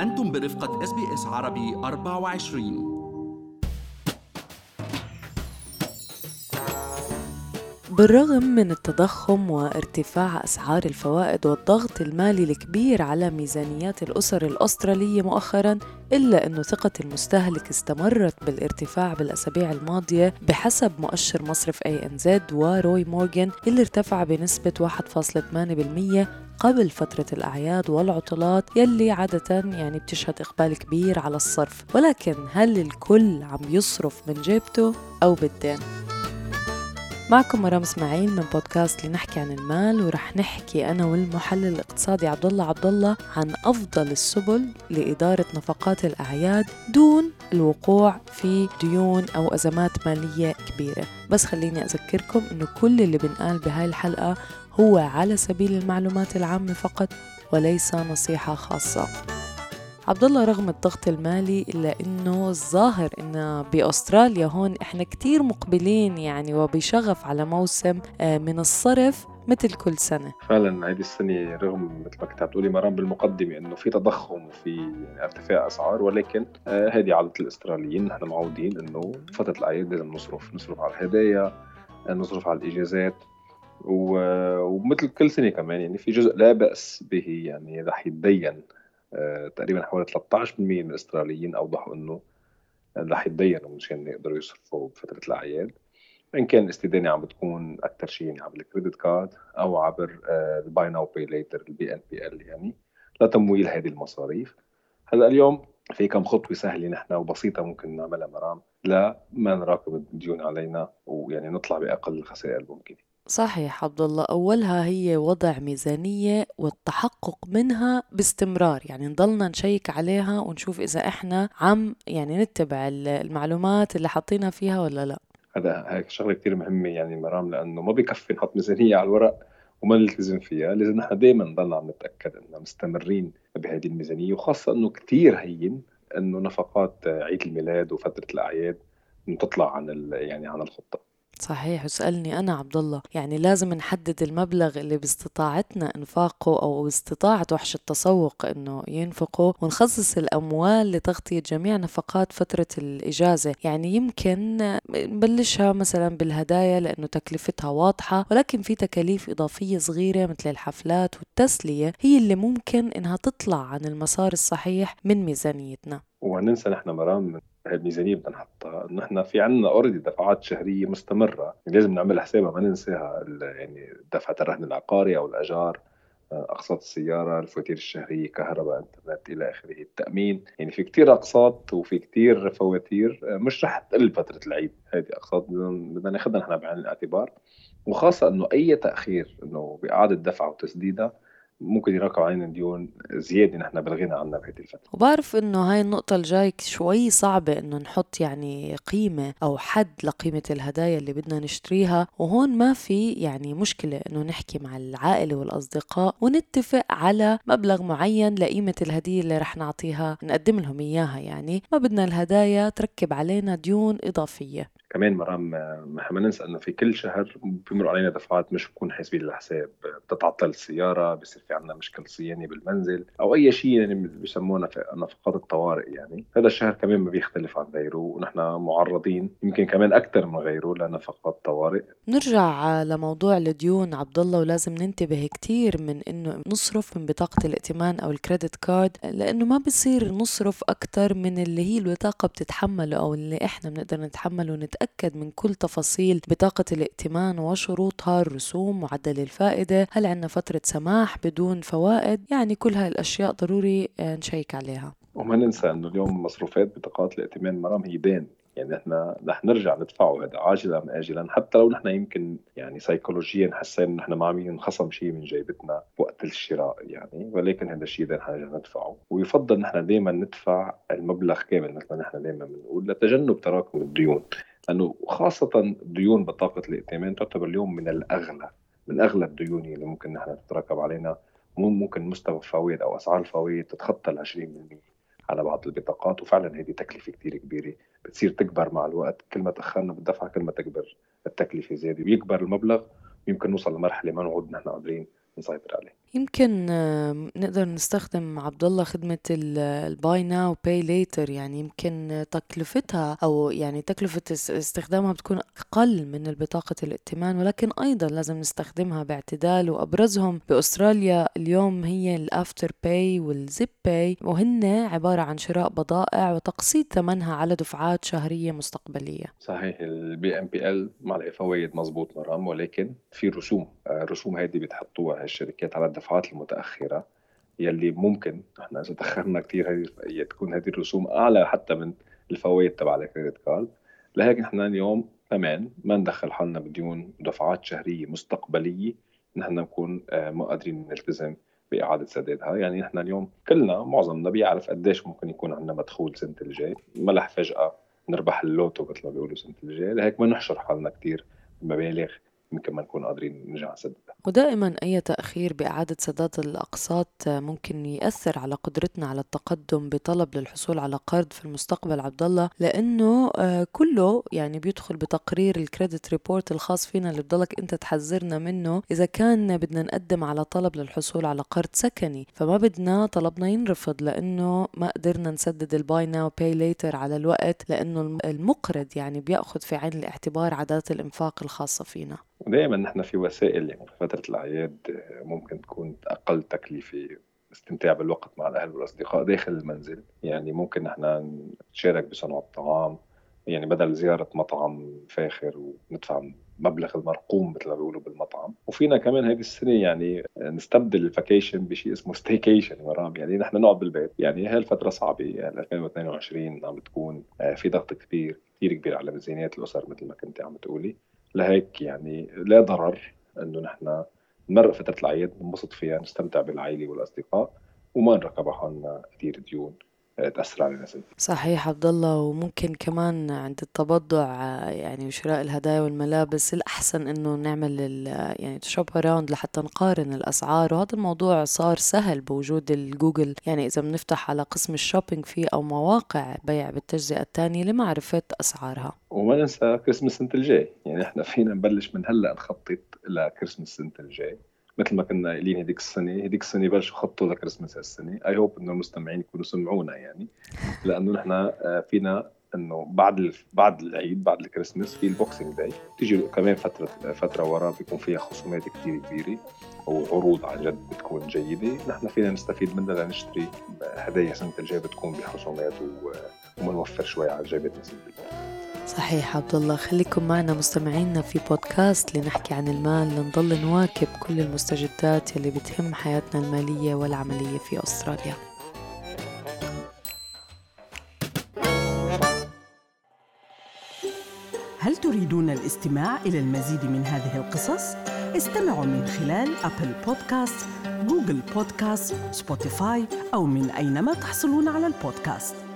أنتم برفقة SBS عربي 24. بالرغم من التضخم وارتفاع أسعار الفوائد والضغط المالي الكبير على ميزانيات الأسر الأسترالية مؤخراً، إلا أن ثقة المستهلك استمرت بالارتفاع بالأسابيع الماضية بحسب مؤشر مصرف ANZ وروي مورغان اللي ارتفع بنسبة 1.8% قبل فترة الأعياد والعطلات يلي عادة بتشهد إقبال كبير على الصرف. ولكن هل الكل عم يصرف من جيبته أو بالدين؟ معكم مرام اسماعيل من بودكاست لنحكي عن المال، ورح نحكي أنا والمحلل الاقتصادي عبد الله عن أفضل السبل لإدارة نفقات الأعياد دون الوقوع في ديون أو أزمات مالية كبيرة. بس خليني أذكركم إنه كل اللي بنقال بهاي الحلقة هو على سبيل المعلومات العامة فقط وليس نصيحة خاصة. عبد الله، رغم الضغط المالي إلا إنه الظاهر إنه بأستراليا هون إحنا كتير مقبلين وبشغف على موسم من الصرف مثل كل سنة. فعلا هذه السنة رغم مثل ما كنت عم تقولي مرام بالمقدمة إنه في تضخم وفي ارتفاع أسعار، ولكن هذه عادة الأستراليين. نحن معودين إنه فترة الأعياد لازم نصرف على الهدايا، نصرف على الإجازات، ومثل كل سنة كمان في جزء لا بأس به رح يتدين. تقريبا حوالي 13% من الأستراليين أوضحوا إنه رح يتدينوا مشان يقدروا يصرفوا بفترة الأعياد، إن كان استدانة عم بتكون أكتر شيء عبر الكريدت كارد أو عبر الباي ناو باي ليتر BNPL لتمويل هذه المصاريف. هلا اليوم في كم خطوة سهلة نحن وبسيطة ممكن نعملها مرام لا ما نراكم الديون علينا نطلع بأقل الخسائر ممكن. صحيح عبد الله، أولها هي وضع ميزانية والتحقق منها باستمرار، نضلنا نشيك عليها ونشوف إذا إحنا عم نتبع المعلومات اللي حطينا فيها ولا لا. هاي شغلة كتير مهمة مرام، لأنه ما بيكفي نحط ميزانية على الورق وما نلتزم فيها. لازم نحن دايما نضلنا عم نتأكد أننا مستمرين بهذه الميزانية، وخاصة أنه كتير هين أنه نفقات عيد الميلاد وفترة الأعياد تطلع عن الخطة. صحيح. وسألني أنا عبد الله، لازم نحدد المبلغ اللي باستطاعتنا إنفاقه أو باستطاعة وحش التسوق إنه ينفقه، ونخصص الأموال لتغطية جميع نفقات فترة الإجازة. يمكن نبلشها مثلا بالهدايا لأنه تكلفتها واضحة، ولكن في تكاليف إضافية صغيرة مثل الحفلات والتسلية هي اللي ممكن إنها تطلع عن المسار الصحيح من ميزانيتنا. وننسى نحن مرام الميزانية بدنا نحطها إنه إحنا في عنا أوريدي دفعات شهرية مستمرة، لازم نعمل حسابها ما ننساها. دفعة الرهن العقاري أو الأجار، أقساط السيارة، الفواتير الشهرية، كهرباء، إنترنت إلى آخره، التأمين. في كتير أقساط وفي كتير فواتير مش رح تقل فترة العيد. هذه أقساط بدنا ناخدها نحن بعين الاعتبار، وخاصة إنه أي تأخير إنه بإعادة دفع وتسديدها ممكن يراكم علينا ديون زيادة نحن بلغينا عنها بهذه الفترة. وبعرف إنه هاي النقطة الجاي شوي صعبة إنه نحط قيمة أو حد لقيمة الهدايا اللي بدنا نشتريها، وهون ما في مشكلة إنه نحكي مع العائلة والأصدقاء ونتفق على مبلغ معين لقيمة الهدية اللي رح نعطيها، نقدم لهم إياها. ما بدنا الهدايا تركب علينا ديون إضافية. كمان مرام ما ننسى انه في كل شهر بيمر علينا دفعات مش بكون حاسبين الحساب. بتتعطل السياره، بصير في عندنا مشكله صيانه بالمنزل، او اي شيء بيسمونا نفقات الطوارئ. هذا الشهر كمان ما بيختلف عن غيره، ونحن معرضين يمكن كمان اكثر من غيره لنفقات طوارئ. نرجع لموضوع الديون عبد الله، ولازم ننتبه كتير من انه نصرف من بطاقة الائتمان او الكريدت كارد، لانه ما بصير نصرف اكتر من اللي هي البطاقة بتتحمله او اللي احنا بنقدر نتحمله، ونتأكد من كل تفاصيل بطاقة الائتمان وشروطها، الرسوم، معدل الفائدة، هل عندنا فترة سماح بدون فوائد. كل هاي الاشياء ضروري نشيك عليها. وما ننسى انه اليوم مصروفات بطاقات الائتمان مرام هي دين، احنا رح نرجع ندفعه هذا عاجلا ام اجلا، حتى لو نحن يمكن سيكولوجيا حسينا ان نحن ما عم ينخصم شيء من جيبتنا وقت الشراء، ولكن هذا الشيء بدنا نرجع ندفعه. ويفضل نحن دائما ندفع المبلغ كامل مثل ما نحن دائما بنقول لتجنب تراكم الديون، لانه خاصه ديون بطاقه الائتمان تعتبر اليوم من اغلى الديون اللي ممكن نحن تتراكم علينا. ممكن مستوى الفوائد او اسعار الفوائد تتخطى ال 20% على بعض البطاقات، وفعلا هذه تكلفة كتير كبيرة بتصير تكبر مع الوقت. كل ما تأخرنا بالدفع كل ما تكبر التكلفة زيادة، ويكبر المبلغ، ويمكن نوصل لمرحلة ما نعود نحن قادرين نسيطر عليه. يمكن نقدر نستخدم عبد الله خدمة الباي ناو باي ليتر، يعني يمكن تكلفتها أو يعني تكلفة استخدامها بتكون أقل من بطاقة الائتمان، ولكن أيضا لازم نستخدمها باعتدال. وأبرزهم بأستراليا اليوم هي الأفتر باي والزيب باي، وهن عبارة عن شراء بضائع وتقسيط ثمنها على دفعات شهرية مستقبلية. صحيح، البي ام بي ال معلقة فوائد مزبوط مرام، ولكن في رسوم. الرسوم هذه بتحطوها هالشركات على الدفعات المتأخرة، يلي ممكن احنا اذا تاخرنا كثير تكون هذه الرسوم اعلى حتى من الفوائد تبع الكريدت كارد. لهيك احنا اليوم كمان ما ندخل حالنا بديون دفعات شهريه مستقبليه نحن نكون مو قادرين نلتزم بإعادة سدادها. يعني نحن اليوم كلنا معظمنا بيعرف قديش ممكن يكون عندنا مدخول سنة الجاي، ما رح فجأة نربح اللوتو مثل ما بيقولوا سنة الجاي. لهيك ما نحشر حالنا كثير بمبالغ يمكن ما نكون قادرين نرجع نسددها. ودائما أي تأخير بإعادة سداد الأقساط ممكن يأثر على قدرتنا على التقدم بطلب للحصول على قرض في المستقبل عبد الله، لأنه كله يعني بيدخل بتقرير الكريدت ريبورت الخاص فينا اللي بضلك أنت تحذرنا منه إذا كان بدنا نقدم على طلب للحصول على قرض سكني. فما بدنا طلبنا ينرفض لأنه ما قدرنا نسدد الباي ناو باي ليتر على الوقت، لأنه المقرض يعني بيأخذ في عين الاعتبار عادات الإنفاق الخاصة فينا. ودائما نحن في وسائل، يعني في فترة الأعياد ممكن تكون أقل تكلفة، استمتاع بالوقت مع الأهل والأصدقاء داخل المنزل. يعني ممكن نحن نشارك بصنع الطعام، يعني بدل زيارة مطعم فاخر وندفع مبلغ المرقوم مثل ما بيقولوا بالمطعم. وفينا كمان هذه السنة يعني نستبدل الفاكيشن بشيء اسمه ستيكيشن مرام، يعني نحن نقعد بالبيت. يعني هاي الفترة صعبة، يعني 2022 عم بتكون في ضغط كثير كبير على ميزانيات الأسر مثل ما كنت عم تقولي. لهيك يعني لا ضرر انه نحن نمرق فترة العيد ننبسط فيها، نستمتع بالعائلة والاصدقاء، وما نركب حالنا كثير ديون تأثر علينا سلبي. صحيح عبد الله. وممكن كمان عند التبضع يعني وشراء الهدايا والملابس الأحسن إنه نعمل يعني تشوب أراوند لحتى نقارن الأسعار، وهذا الموضوع صار سهل بوجود الجوجل. يعني إذا بنفتح على قسم الشوبينج فيه أو مواقع بيع بالتجزئة الثانية لمعرفة أسعارها. وما ننسى كريسمس السنة الجاي، يعني احنا فينا نبلش من هلا نخطط لكريسمس السنة الجاي مثل ما كنا قايلين هديك السنة بلشوا خطوا لكريسمس هالسنة. اي هوب انه المستمعين يكونوا سمعونا، يعني لانه نحن فينا انه بعد العيد بعد الكريسماس في البوكسينج داي تيجي كمان فتره ورا بيكون فيها خصومات كثير كبيره وعروض عن جد بتكون جيده. نحن فينا نستفيد منها لنشتري هدايا سنه الجاي بتكون بخصومات ومنوفر شوي على جيبتنا سنه الجاي. صحيح عبد الله. خليكم معنا مستمعينا في بودكاست لنحكي عن المال، لنضل نواكب كل المستجدات اللي بتهم حياتنا الماليه والعمليه في استراليا. هل تريدون الاستماع إلى المزيد من هذه القصص؟ استمعوا من خلال أبل بودكاست، جوجل بودكاست، سبوتيفاي أو من أينما تحصلون على البودكاست.